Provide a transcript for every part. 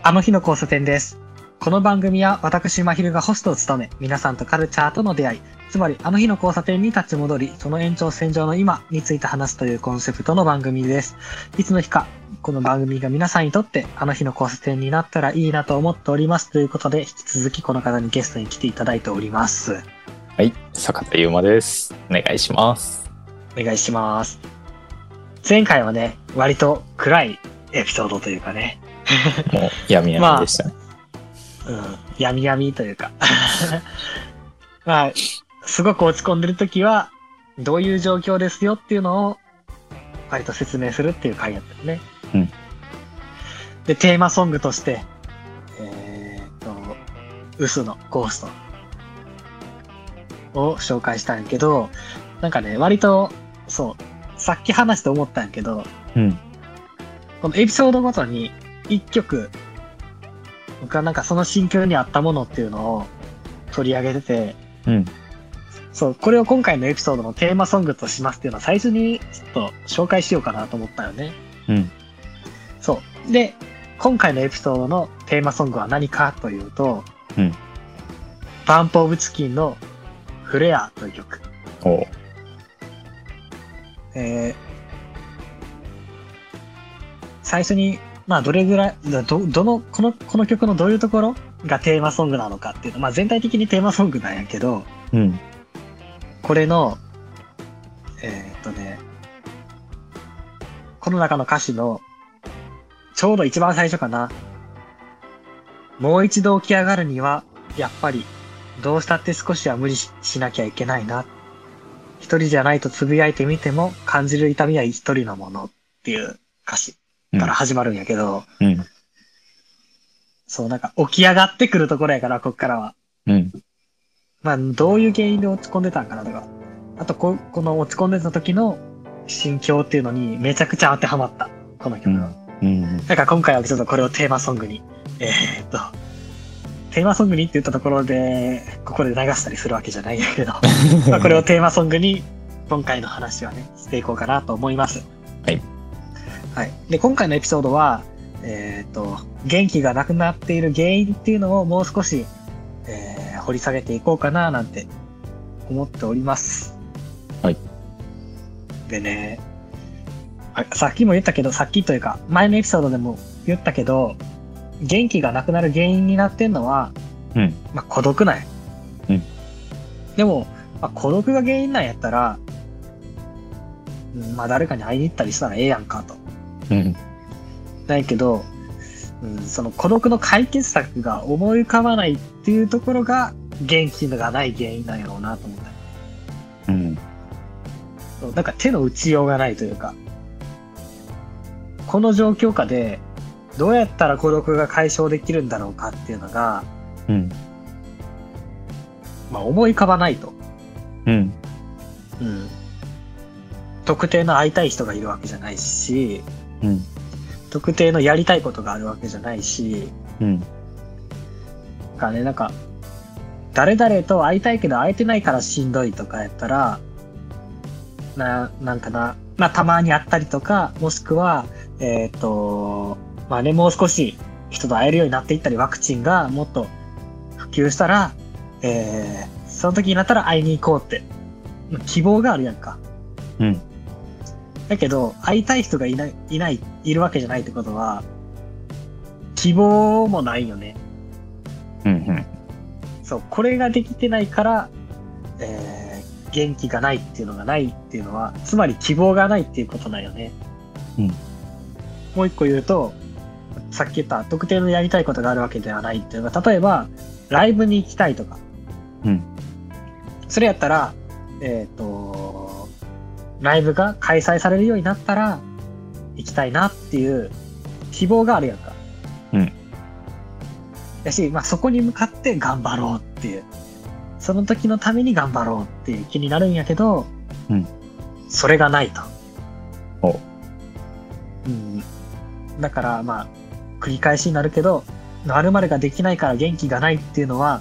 あの日の交差点です。この番組は私まひるがホストを務め、皆さんとカルチャーとの出会い、つまりあの日の交差点に立ち戻り、その延長線上の今について話すというコンセプトの番組です。いつの日か、この番組が皆さんにとってあの日の交差点になったらいいなと思っておりますということで、引き続きこの方にゲストに来ていただいております。 はい、坂田優馬です。お願いします。 お願いします。前回はね、割と暗いエピソードというかね。 もう闇闇でしたね。 闇闇というか。まあ、すごく落ち込んでるときは、どういう状況ですよっていうのを、割と説明するっていう回やったよね。 うん。 で、テーマソングとして、ウスのゴーストを紹介したんやけど、なんかね、割と、そう、さっき話して思ったんやけど、 うん。 このエピソードごとに一曲、僕はなんかその心境に合ったものっていうのを取り上げてて、 うん。 そう、これを今回のエピソードのテーマソングとしますっていうのは最初にちょっと紹介しようかなと思ったよね。 うん。 そう。で、今回のエピソードのテーマソングは何かというと、 うん。 バンプオブチキンのフレアという曲。 おう。 最初に、まあどれぐらい、この曲のどういうところがテーマソングなのかっていうの、まあ全体的にテーマソングなんやけど、 うん。 これの、この中の歌詞の、ちょうど一番最初かな。もう一度起き上がるには、やっぱり、どうしたって少しは無理しなきゃいけないな。一人じゃないとつぶやいてみても、感じる痛みは一人のものっていう歌詞から始まるんやけど、 うん。 そう、なんか起き上がってくるところやから、こっからは。 うん。 まあ、どういう原因で落ち込んでたんかなとか。あとこの落ち込んでた時の心境っていうのにめちゃくちゃ当てはまった。この曲は。 うん。 だから今回はちょっとこれをテーマソングに、テーマソングにって言ったところで、ここで流したりするわけじゃないんやけど、まあこれをテーマソングに今回の話はね、していこうかなと思います。 はい。 はい。で、今回のエピソードは、元気がなくなっている原因っていうのをもう少し、掘り下げていこうかななんて思っております。 はい。 でね、さっきも言ったけど、さっきというか、前のエピソードでも言ったけど、元気がなくなる原因になってんのは、 うん。 まあ、孤独なんや。 うん。 でも、まあ、孤独が原因なんやったら、まあ、誰かに会いに行ったりしたらええやんかと。 うん。 ないけど、その孤独の解決策が思い浮かばないっていうところが元気がない原因なんやろうなと思った。 うん。 そうなんか手の打ちようがないというか、この状況下でどうやったら孤独が解消できるんだろうかっていうのが、 うん。 まあ思い浮かばないと。 うん。 うん。特定の会いたい人がいるわけじゃないし、 うん。 特定のやりたいことがあるわけじゃないし、 うん。 なんか、誰々と会いたいけど会えてないからしんどいとかやったら、なんかな、まあたまに会ったりとか、もしくは、まあね、もう少し人と会えるようになっていったり、ワクチンがもっと普及したら、その時になったら会いに行こうって、希望があるやんか。 うん。 だけど、会いたい人がいるわけじゃないってことは、希望もないよね。 うん。 そう、これができてないから、元気がないっていうのがないっていうのは、つまり希望がないっていうことだよね。 うん。 もう一個言うと、さっき言った特定のやりたいことがあるわけではないっていうのが、例えば、ライブに行きたいとか。 うん。 それやったら、ライブが開催されるようになったら、行きたいなっていう希望があるやんか。 うん。 やし、まあ、そこに向かって頑張ろうっていう。その時のために頑張ろうっていう気になるんやけど、 うん。 それがないと。 お。 うん。だから、まあ、繰り返しになるけど、〇〇ができないから元気がないっていうのは、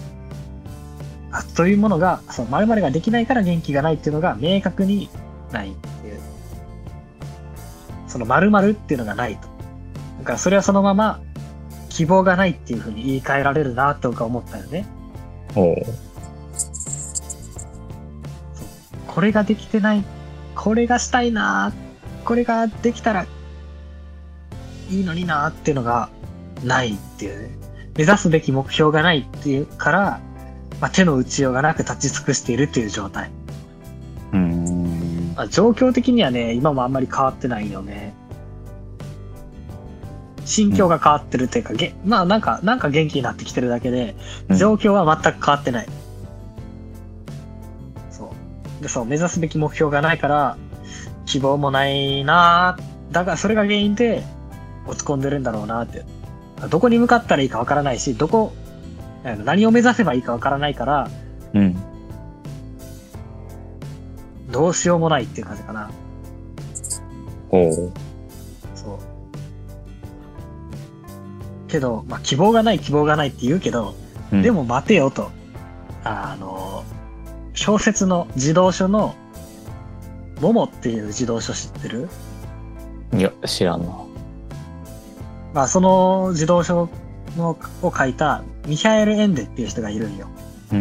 そういうものが、〇〇ができないから元気がないっていうのが明確にないっていう。その〇〇っていうのがないと。だからそれはそのまま希望がないっていう風に言い換えられるなとか思ったよね。 おう。 これができてない、これがしたいな、これができたらいいのになっていうのがないっていうね。目指すべき目標がないっていうから、手の打ちようがなく立ち尽くしているっていう状態。状況的にはね、今もあんまり変わってないよね。心境が変わってるっていうか、なんか元気になってきてるだけで、状況は全く変わってない。目指すべき目標がないから、希望もないなぁ。だからそれが原因で落ち込んでるんだろうなって。どこに向かったらいいかわからないし、何を目指せばいいかわからないから、どうしようもないっていう感じかな。 おう。 そう。けど、希望がないって言うけど、でも待てよと。小説の児童書の、モモっていう児童書知ってる？ いや、知らんな。 その児童書を書いたミヒャエル・エンデっていう人がいるんよ。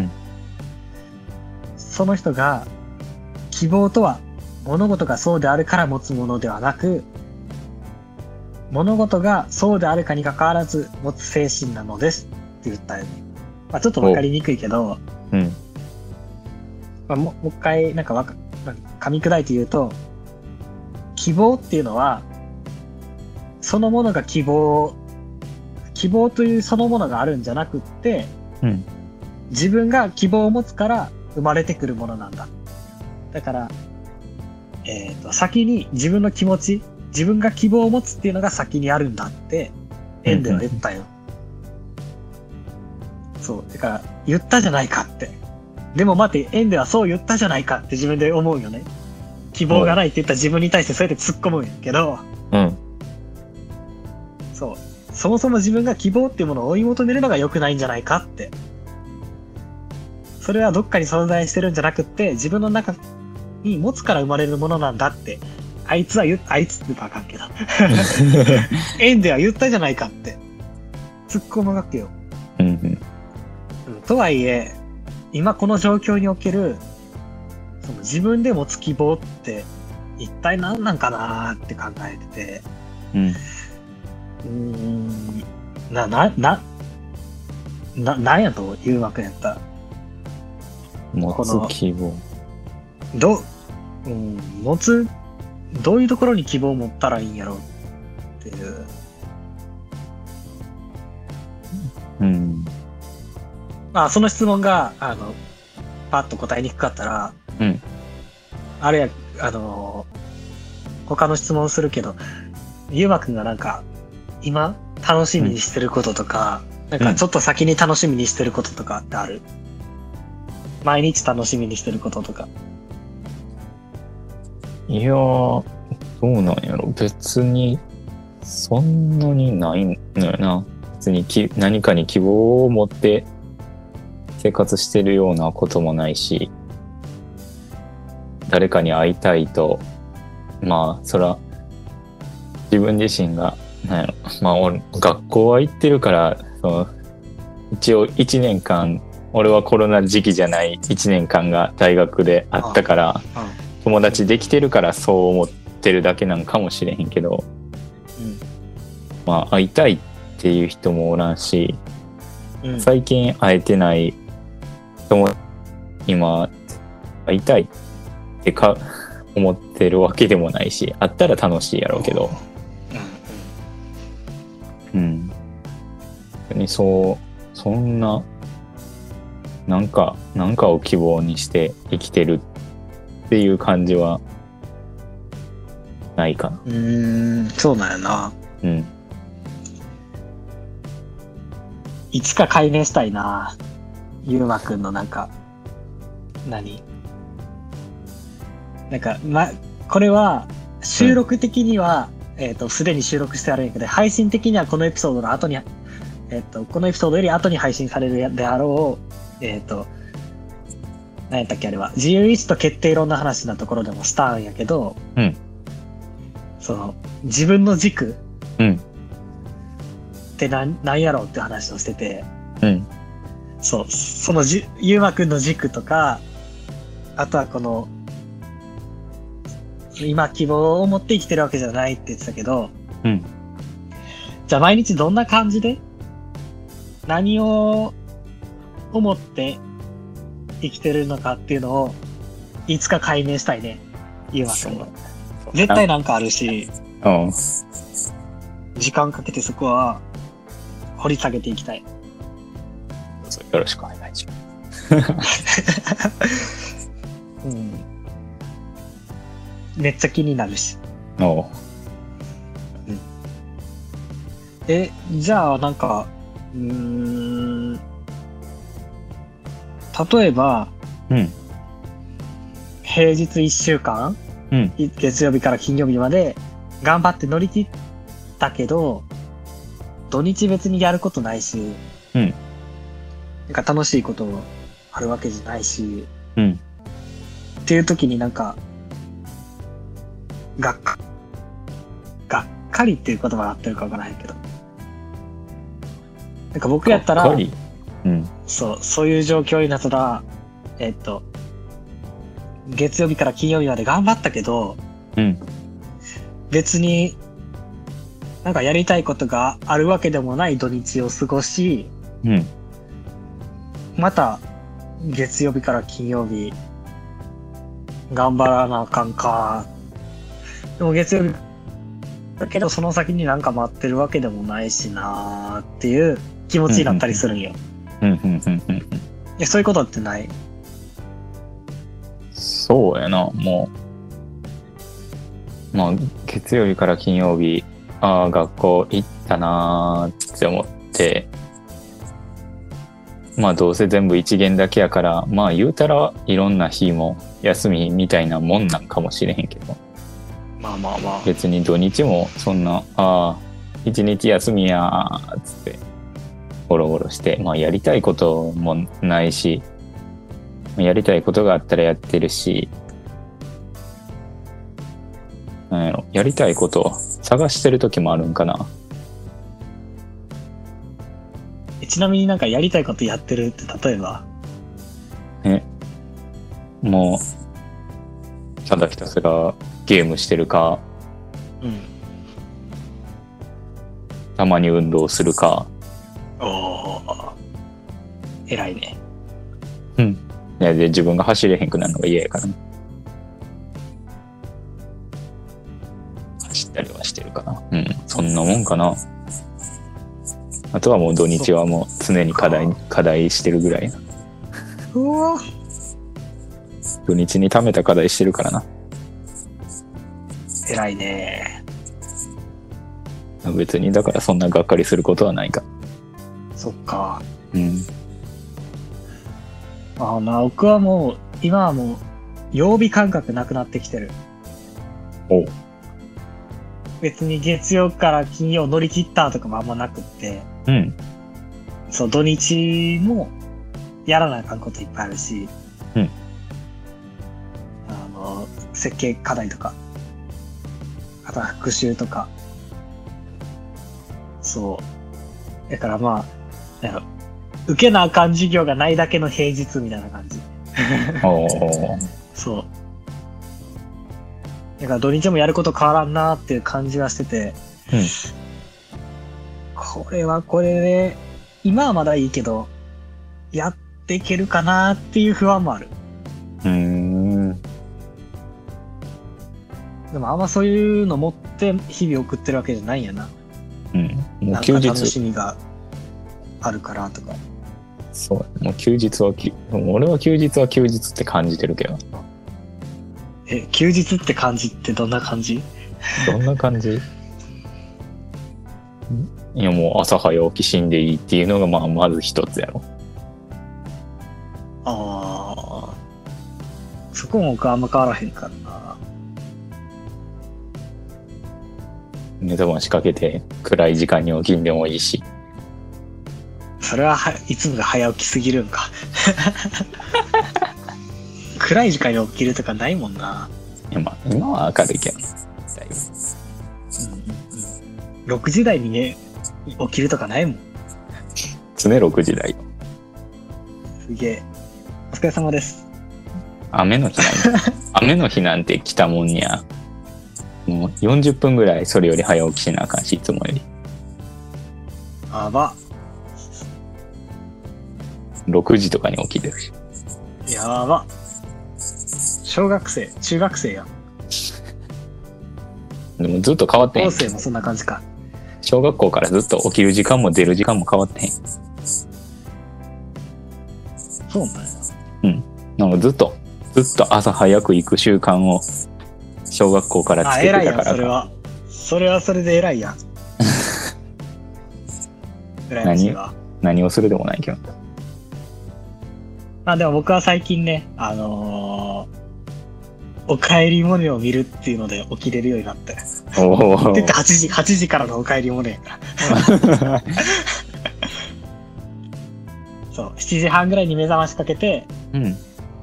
その人が、希望とは物事がそうであるから持つものではなく、物事がそうであるかにかかわらず持つ精神なのですって言ったよね。ちょっとわかりにくいけど、もう一回噛み砕いて言うと、希望っていうのはそのものが希望というそのものがあるんじゃなくって、自分が希望を持つから生まれてくるものなんだ。だから、先に自分の気持ち、自分が希望を持つっていうのが先にあるんだってエンデは言ったよ。そう、だから言ったじゃないかって。でも待って、エンデはそう言ったじゃないかって自分で思うよね。希望がないって言った自分に対してそうやって突っ込むんやけど、そう、そもそも自分が希望っていうものを追い求めるのが良くないんじゃないかって。それはどっかに存在してるんじゃなくって、自分の中に持つから生まれるものなんだって。あいつって言うとあかんけど。エンデは言ったじゃないかって。突っ込むわけよ。とはいえ、今この状況における、その自分で持つ希望って一体何なんかなーって考えてて。なんやというわけやった。 持つ希望。 どういうところに希望を持ったらいいんやろうっていう。その質問が、パッと答えにくかったら、あれや、他の質問するけど、ゆうまくんが今楽しみにしてることとか、ちょっと先に楽しみにしてることとかってある？毎日楽しみにしてることとか。 いやー、どうなんやろ。別に、そんなにないのよな。別に何かに希望を持って生活してるようなこともないし、誰かに会いたいと、そら、自分自身が、俺、学校は行ってるから、一応1年間、俺はコロナ時期じゃない1年間が大学であったから、友達できてるからそう思ってるだけなんかもしれへんけど、会いたいっていう人もおらんし、最近会えてない友達今会いたいって思ってるわけでもないし、会ったら楽しいやろうけど、そんななんかを希望にして生きてるっていう感じはないかな。 そうなんやな。いつか解明したいな。ゆうまくんのこれは収録的には、すでに収録してあるんやけど、配信的にはこのエピソードの後に、このエピソードより後に配信されるであろう、何やったっけあれは、自由意志と決定論の話なところでもしたんやけど、自分の軸ってなんやろうって話をしてて、 うん。 そう、そのゆうまくんの軸とか、あとはこの、今希望を持って生きてるわけじゃないって言ってたけど、 うん。 じゃあ毎日どんな感じで何を思って生きてるのかっていうのをいつか解明したいね、ゆうまくんは。絶対なんかあるし、 うん。 時間かけてそこは掘り下げていきたい。 よろしくお願いします。 うん。めっちゃ気になるし。 おう。 じゃあなんか、例えば、 うん。 平日1週間、 うん。 月曜日から金曜日まで頑張って乗り切ったけど、土日別にやることないし、 うん。 なんか楽しいこともあるわけじゃないし、 うん。 っていう時になんか、がっかりっていう言葉が合ってるかわからへんけど。なんか僕やったら、 うん。 そういう状況になったら、月曜日から金曜日まで頑張ったけど、 うん。 別になんかやりたいことがあるわけでもない土日を過ごし、 うん。 また月曜日から金曜日頑張らなあかんか。でも月曜日だけどその先になんか待ってるわけでもないしなーっていう気持ちになったりするんよ。そういうことってない？ そうやな、もう、まあ月曜日から金曜日、ああ学校行ったなーって思って、まあどうせ全部一元だけやから、まあ言うたらいろんな日も休みみたいなもんなんかもしれへんけど、 まあ別に土日もそんな、ああ一日休みやーっつってゴロゴロして、まあやりたいこともないし、やりたいことがあったらやってるし、なんやろ、やりたいことを探してる時もあるんかな。 ちなみになんかやりたいことやってるって例えば？ もうただひたすらゲームしてるか、 うん、 たまに運動するか。 おー、偉いね。 うん。で自分が走れへんくなるのが嫌やからね。走ったりはしてるかな。うん、そんなもんかな。あとはもう土日はもう常に課題してるぐらいな。 うわ、 土日に貯めた課題してるからな。 偉いね。 別にだからそんながっかりすることはないか。 そっか。 うん。 僕はもう今はもう曜日感覚なくなってきてる。 お。 別に月曜から金曜乗り切ったとかもあんまなくって、 うん。 そう土日もやらなあかんこといっぱいあるし、 うん。 設計課題とか、あとは復習とか、そうだからまあなんか受けなあかん授業がないだけの平日みたいな感じ。 お。 そうだから土日もやること変わらんなっていう感じはしてて、 うん、 これはこれで今はまだいいけどやっていけるかなっていう不安もある。でもあんまそういうの持って日々送ってるわけじゃないんやな。 うん。もう休日なんか楽しみがあるからとか。 そう。もう休日は俺は休日は休日って感じてるけど。 休日って感じってどんな感じ？ どんな感じ？いやもう朝早起きしんでいいっていうのがまず一つやろ。 ああ、そこも僕あんま変わらへんからな。 目覚ましかけて暗い時間に起きんでもいいし。 それはいつもが早起きすぎるんか。暗い時間に起きるとかないもんな。 いや今は明るいけどだいぶ、 6時台にね起きるとかないもん。 常6時だよ。 すげえ。お疲れ様です。 雨の日なんて、雨の日なんて来たもんにゃ、もう40分ぐらいそれより早起きしなあかんし、いつもより。 やば。 6時とかに起きてるし。 やば。小学生、中学生や。 でもずっと変わってへん。 高校生もそんな感じか。 小学校からずっと起きる時間も出る時間も変わってへん。 そうなんや。 なんかずっと朝早く行く習慣を小学校からつけてたからか。 偉いやん、それはそれで偉いやん。偉いわ。 何をするでもないけど。 まあでも僕は最近ね、おかえりモネを見るっていうので起きれるようになって。 おお。 って言って8時からのおかえりモネやから。そう、7時半ぐらいに目覚ましかけて、 うん。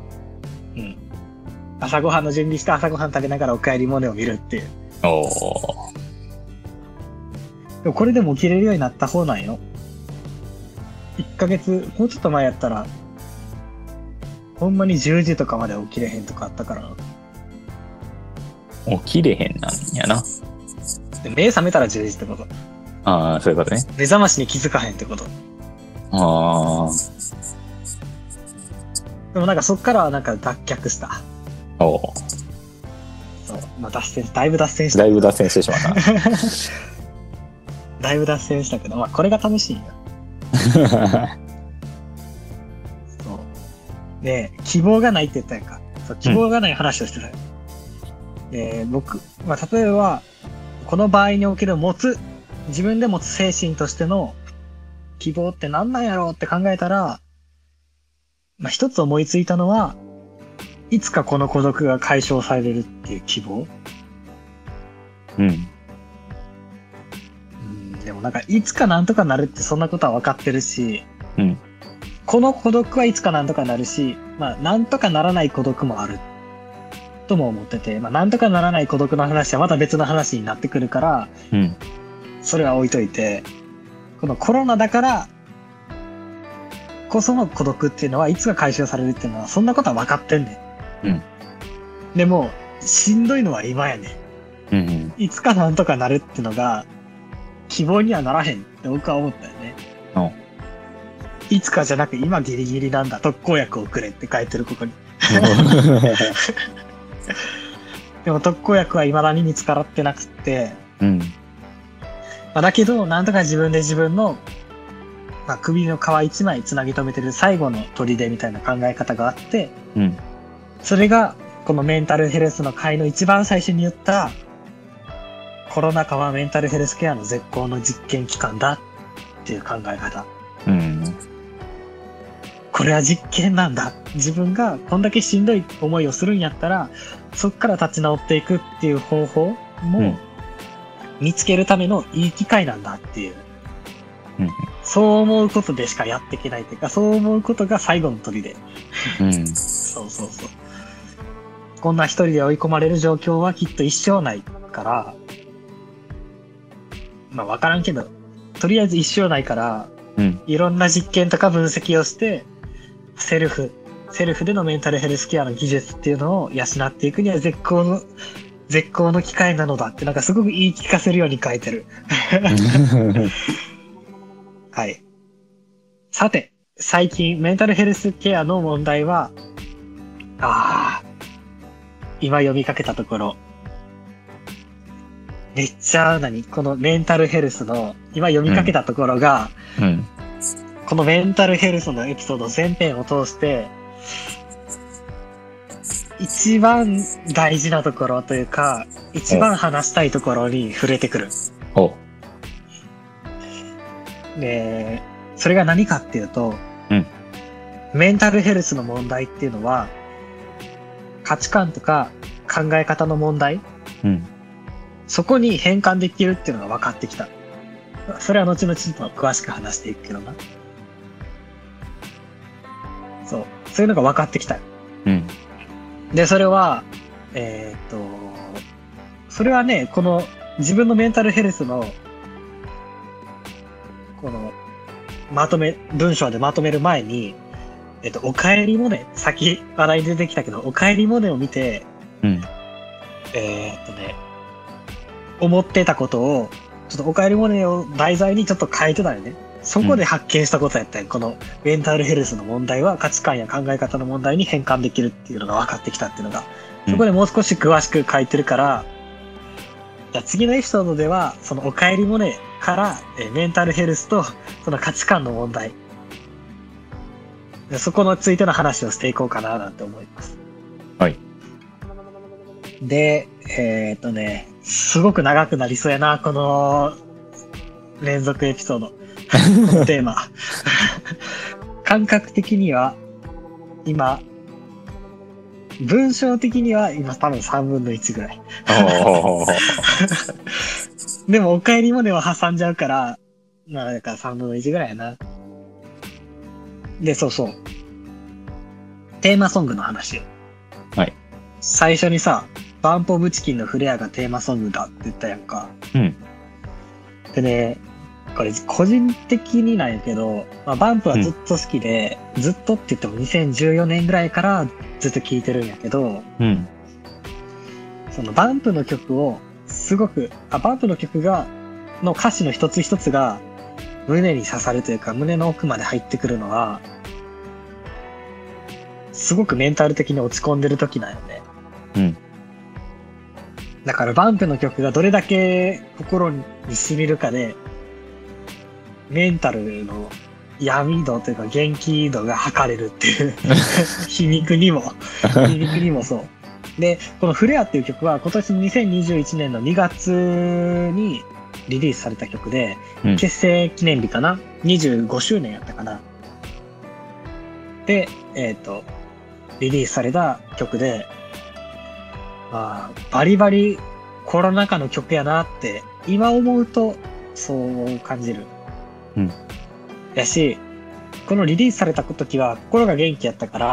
朝ごはんの準備して朝ごはん食べながらおかえりモネを見るっていう。 おお。 でもこれでも起きれるようになった方なんよ。1ヶ月、もうちょっと前やったら、ほんまに10時とかまで起きれへんとかあったからな。 起きれへんなんやな。 で目覚めたら10時ってこと。 ああ、そういうことね。 目覚ましに気づかへんってこと。 ああ。 でもなんかそっからはなんか脱却した。 おお。 そう。まあだいぶ脱線した。 だいぶ脱線してしまった。 だいぶ脱線したけど、まあこれが楽しいんよ。そう。で、希望がないって言ったやんか。そう、希望がない話をしてたよ。僕、まあ例えば、この場合における自分で持つ精神としての希望って何なんやろうって考えたら、まあ一つ思いついたのは、いつかこの孤独が解消されるっていう希望。 うん。 でもなんかいつかなんとかなるってそんなことは分かってるし、 うん。 この孤独はいつかなんとかなるし、まあなんとかならない孤独もあるとも思ってて、まあなんとかならない孤独の話はまた別の話になってくるから、 うん。 それは置いといて、このコロナだからこその孤独っていうのはいつか解消されるっていうのはそんなことは分かってんねん。 うん。 でもしんどいのは今やねん。 うん。 いつかなんとかなるってのが希望にはならへんって僕は思ったよね。いつかじゃなく今ギリギリなんだ、特効薬をくれって書いてるここに。でも特効薬は未だに見つからってなくって、 うん。 まあ、だけどなんとか自分で自分の、まあ、首の皮一枚つなぎ止めてる最後の砦みたいな考え方があって、 うん。 それがこのメンタルヘルスの会の一番最初に言ったコロナ禍はメンタルヘルスケアの絶好の実験期間だっていう考え方。 うん。 これは実験なんだ。自分がこんだけしんどい思いをするんやったら、そっから立ち直っていくっていう方法も見つけるためのいい機会なんだっていう。 うん。 そう思うことでしかやっていけないというか、そう思うことが最後の砦で。 うん。 そうそうそう。こんな一人で追い込まれる状況はきっと一生ないから、まあわからんけど、とりあえず一生ないから、 うん。 いろんな実験とか分析をして、セルフでのメンタルヘルスケアの技術っていうのを養っていくには絶好の機会なのだってなんかすごく言い聞かせるように書いてる。はい。さて、最近メンタルヘルスケアの問題は、今読みかけたところ、めっちゃこのメンタルヘルスの今読みかけたところが、 うん。 このメンタルヘルスのエピソード全編を通して、一番大事なところというか、一番話したいところに触れてくる。 お。 で、それが何かっていうと、 うん。 メンタルヘルスの問題っていうのは、価値観とか考え方の問題、 うん。 そこに変換できるっていうのが分かってきた。それは後々ちょっと詳しく話していくけどな。そういうのが分かってきた。 うん。 で、それは、それはね、この自分のメンタルヘルスの文章でまとめる前に、おかえりモネ、先話題に出てきたけど、おかえりモネを見て、 うん。 思ってたことを、ちょっとおかえりモネを題材にちょっと変えてたよね。そこで発見したことやったよ。このメンタルヘルスの問題は価値観や考え方の問題に変換できるっていうのが分かってきたっていうのが、そこでもう少し詳しく書いてるから、じゃあ次のエピソードでは、そのおかえりモネから、メンタルヘルスとその価値観の問題、そこについての話をしていこうかななんて思います。 はい。 で、すごく長くなりそうやな、この連続エピソード。このテーマ。感覚的には、今、文章的には今多分3分の1ぐらい。でも、おかえりモネは挟んじゃうから、まあ、だから3分の1ぐらいやな。で、そうそう。テーマソングの話よ。 はい。 最初にさ、バンプオブチキンのフレアがテーマソングだって言ったやんか。 うん。 でね、これ個人的になんやけど、まあ、バンプはずっと好きで、ずっとって言っても2014年ぐらいからずっと聴いてるんやけど、 うん。 そのバンプの曲をすごく、バンプの曲の歌詞の一つ一つが胸に刺さるというか胸の奥まで入ってくるのは、すごくメンタル的に落ち込んでる時なんよね。 うん。 だからバンプの曲がどれだけ心に染みるかで、メンタルの闇度というか元気度が測れるっていう皮肉にもそう。で、このフレアっていう曲は今年2021年の2月にリリースされた曲で、結成記念日かな ?25 周年やったかなで、リリースされた曲で、バリバリコロナ禍の曲やなって今思うとそう感じる。 うん。 やし、このリリースされた時は心が元気やったから、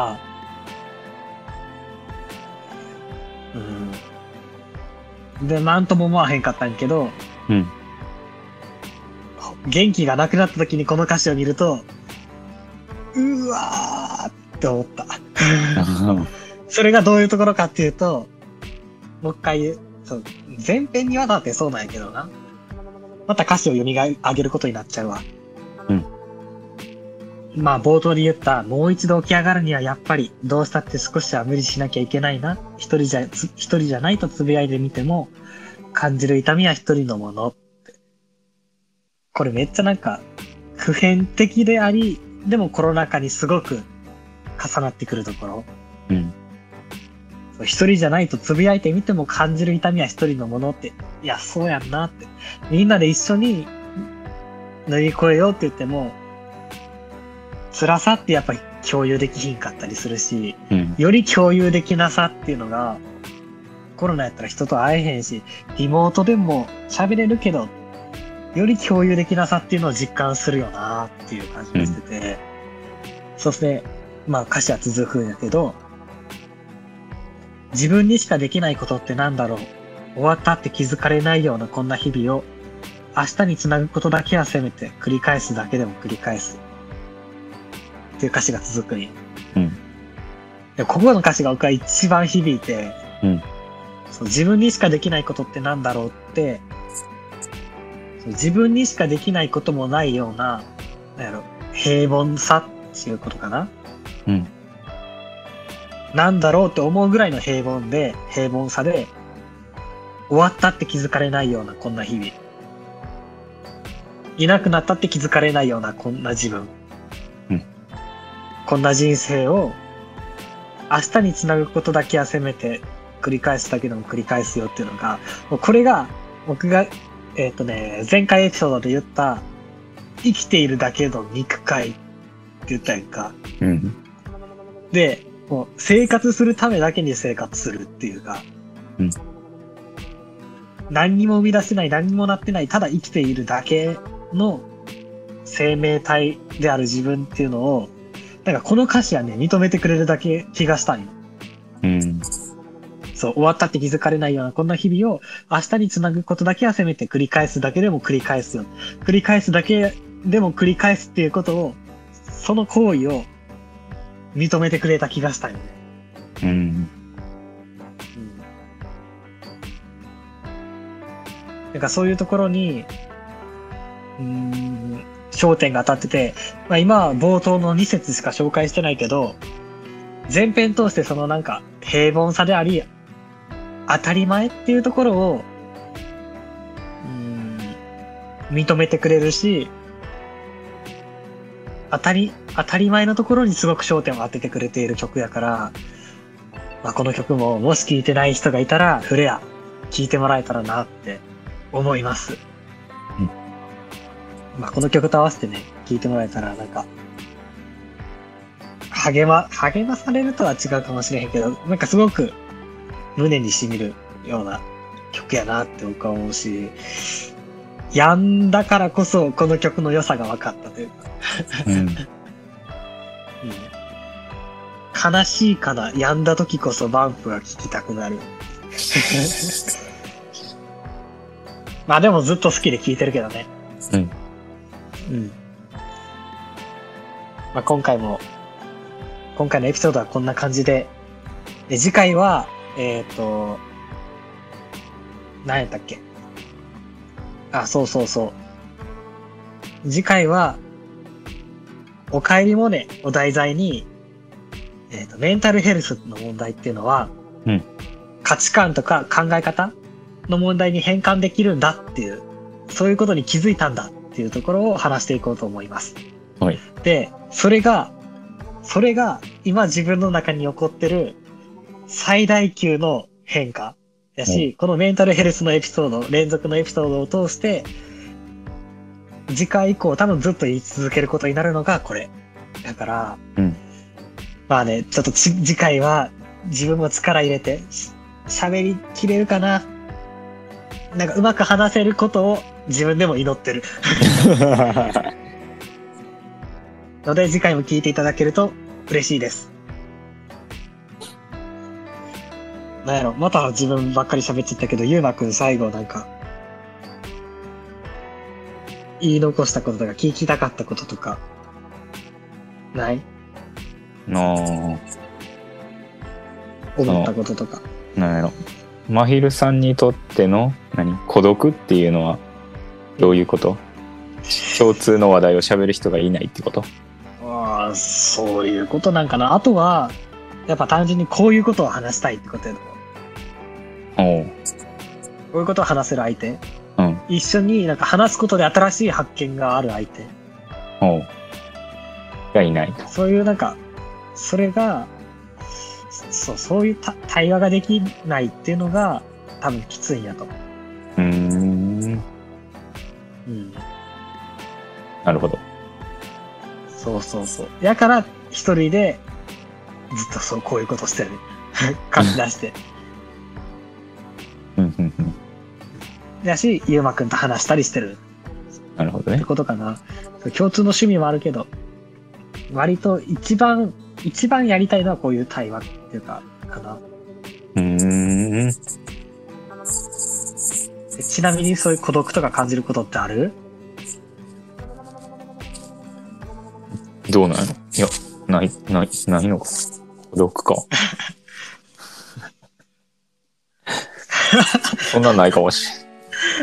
で、なんとも思わへんかったんやけど、 うん。 元気がなくなった時にこの歌詞を見ると、うわーって思った。それがどういうところかっていうと、もう一回言う。そう、前編にわたってそうなんやけどな。また歌詞を読み上げることになっちゃうわ。 うん。 まあ冒頭で言った、もう一度起き上がるにはやっぱりどうしたって少しは無理しなきゃいけないな。一人じゃないとつぶやいてみても、感じる痛みは一人のものって。これめっちゃなんか、普遍的であり、でもコロナ禍にすごく重なってくるところ。 うん。 一人じゃないとつぶやいてみても感じる痛みは一人のものって、いや、そうやんなって。みんなで一緒に乗り越えようって言っても、辛さってやっぱり共有できひんかったりするし、 うん、 より共有できなさっていうのが、コロナやったら人と会えへんし、リモートでも喋れるけど、より共有できなさっていうのを実感するよなっていう感じがしてて、そして、まあ歌詞は続くんやけど、自分にしかできないことってなんだろう。終わったって気づかれないようなこんな日々を、明日につなぐことだけはせめて繰り返すだけでも繰り返す。っていう歌詞が続くんよ。 うん。 でここの歌詞が僕は一番響いて、 うん。 そう自分にしかできないことってなんだろうって、そう自分にしかできないこともないような、なんやろ、平凡さっていうことかな。 うん。 なんだろうって思うぐらいの平凡さで、終わったって気づかれないようなこんな日々。いなくなったって気づかれないようなこんな自分。 うん。 こんな人生を明日につなぐことだけはせめて繰り返すだけでも繰り返すよっていうのが、もうこれが僕が、前回エピソードで言った生きているだけの肉塊って言ったやんか。 うん。 で、もう生活するためだけに生活するっていうか、 うん、 何にも生み出せない、何にもなってない、ただ生きているだけの生命体である自分っていうのを、なんかこの歌詞はね、認めてくれるだけ気がしたんよ。 うん。 そう、終わったって気づかれないようなこんな日々を明日につなぐことだけはせめて繰り返すだけでも繰り返すよ。繰り返すだけでも繰り返すっていうことを、その行為を認めてくれた気がしたよね。 うん。 うん。なんかそういうところに、焦点が当たってて、まあ今は冒頭の2節しか紹介してないけど、前編通してそのなんか平凡さであり、当たり前っていうところを、認めてくれるし、当たり前のところにすごく焦点を当ててくれている曲やから、まあ、この曲ももし聴いてない人がいたら、フレア、聴いてもらえたらなって思います。 うん。 まあ、この曲と合わせてね、聴いてもらえたらなんか、励まされるとは違うかもしれへんけど、なんかすごく胸に染みるような曲やなって僕は思うし、病んだからこそこの曲の良さが分かったというか、 うん悲しいかな、病んだ時こそバンプが聴きたくなる。まあでもずっと好きで聴いてるけどね。 うん。 うん。まあ今回のエピソードはこんな感じで、次回は、何やったっけ？あ、そう。次回は、おかえりモネを題材に、メンタルヘルスの問題っていうのは、 うん、 価値観とか考え方の問題に変換できるんだっていう、そういうことに気づいたんだっていうところを話していこうと思います。 はい。 で、それが今自分の中に起こってる最大級の変化やし、このメンタルヘルスのエピソード、連続のエピソードを通して、次回以降多分ずっと言い続けることになるのがこれ。だから、まあね、ちょっと次回は自分も力入れて喋りきれるかな。なんかうまく話せることを自分でも祈ってる。ので次回も聞いていただけると嬉しいです。なんやろ、また自分ばっかり喋っちゃったけど、ゆうまくん最後なんか、言い残したこととか聞きたかったこととか、ない思ったこととか。 なんやろ。まひるさんにとっての孤独っていうのはどういうこと？共通の話題を喋る人がいないってこと？ ああ、そういうことなんかな。あとは、やっぱ単純にこういうことを話したいってことやと思う。こういうことを話せる相手。 うん。 一緒になんか話すことで新しい発見がある相手。 がいない。 そういうなんか、それが、そういう対話ができないっていうのが多分きついんやと。 うん。なるほど。そう。 やから一人でずっとこういうことしてる。書き出して。やし、ゆうまくんと話したりしてる。 なるほどね。 ってことかな。共通の趣味もあるけど、割と一番やりたいのはこういう対話っていうかな。ちなみにそういう孤独とか感じることってある？ どうなの？いや、ないのか。孤独か。そんなんないかもしれん。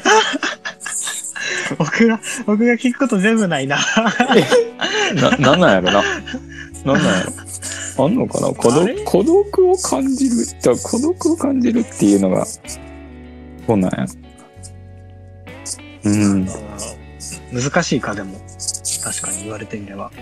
僕が聞くこと全部ないな。 なんなんやろな。なんなんやろ。あんのかな。孤独を感じるっていうのがそうなんや。 難しいか。でも確かに言われてみれば、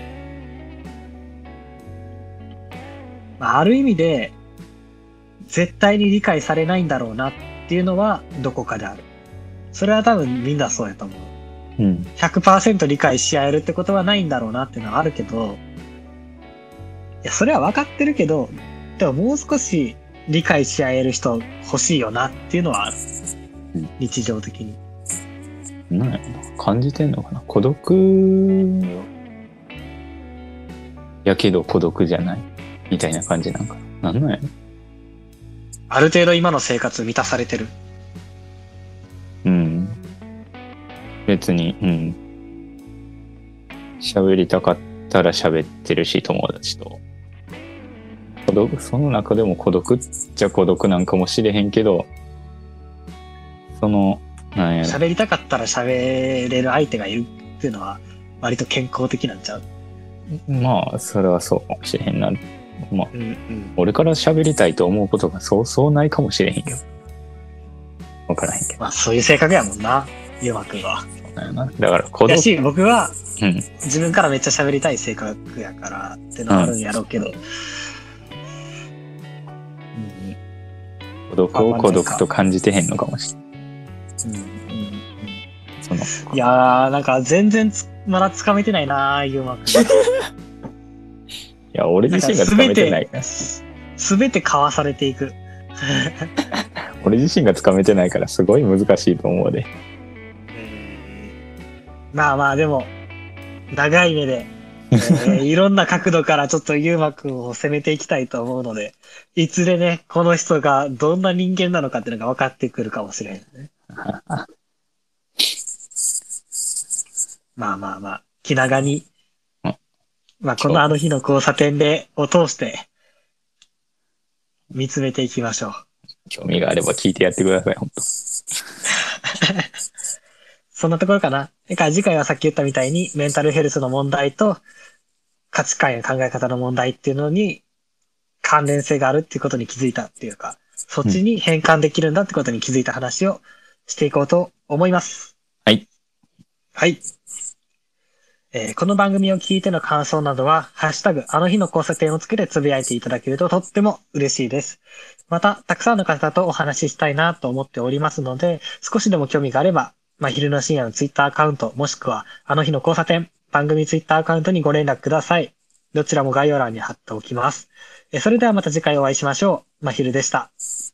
ある意味で絶対に理解されないんだろうなっていうのはどこかである。それは多分みんなそうやと思う。100% 理解し合えるってことはないんだろうなっていうのはあるけど、いや、それは分かってるけど、でももう少し理解し合える人欲しいよなっていうのはある。日常的に。 なんやろな。感じてんのかな。孤独やけど孤独じゃないみたいな感じなんかな。なんやろ。 ある程度今の生活満たされてる。 別に、 喋りたかったら喋ってるし、友達と。その中でも孤独っちゃ孤独なんかもしれへんけど、なんやろ。 喋りたかったら喋れる相手がいるっていうのは、割と健康的なんちゃう？ まあ、それはそうかもしれへんな。まあ、 うんうん。 俺から喋りたいと思うことがそうないかもしれへんけど。わからへんけど。 まあ、そういう性格やもんな、ゆうまくんは。 そうだよな。だから孤独。 やし、僕は、 うん。 自分からめっちゃ喋りたい性格やからってのはあるんやろうけど。 孤独を孤独と感じてへんのかもしれない。 いやー、なんか全然まだつかめてないなー、ゆうまくん。 いや、俺自身がつかめてないから。 すべてかわされていく。 俺自身がつかめてないからすごい難しいと思うで。 まあまあでも、長い目で、いろんな角度からちょっとゆうまくんを攻めていきたいと思うので、いずれね、この人がどんな人間なのかっていうのが分かってくるかもしれんね。まあまあまあ、気長に、まあこのあの日の交差点を通して、見つめていきましょう。 興味があれば聞いてやってください、本当。 そんなところかな。だから次回はさっき言ったみたいにメンタルヘルスの問題と価値観や考え方の問題っていうのに関連性があるっていうことに気づいたっていうか、そっちに変換できるんだってことに気づいた話をしていこうと思います。 はい。 はい。この番組を聞いての感想などは、ハッシュタグ、あの日の交差点をつけてつぶやいていただけるととっても嬉しいです。また、たくさんの方とお話ししたいなと思っておりますので、少しでも興味があれば、昼の深夜のツイッターアカウント、もしくは、あの日の交差点、番組ツイッターアカウントにご連絡ください。どちらも概要欄に貼っておきます。それではまた次回お会いしましょう。まひるでした。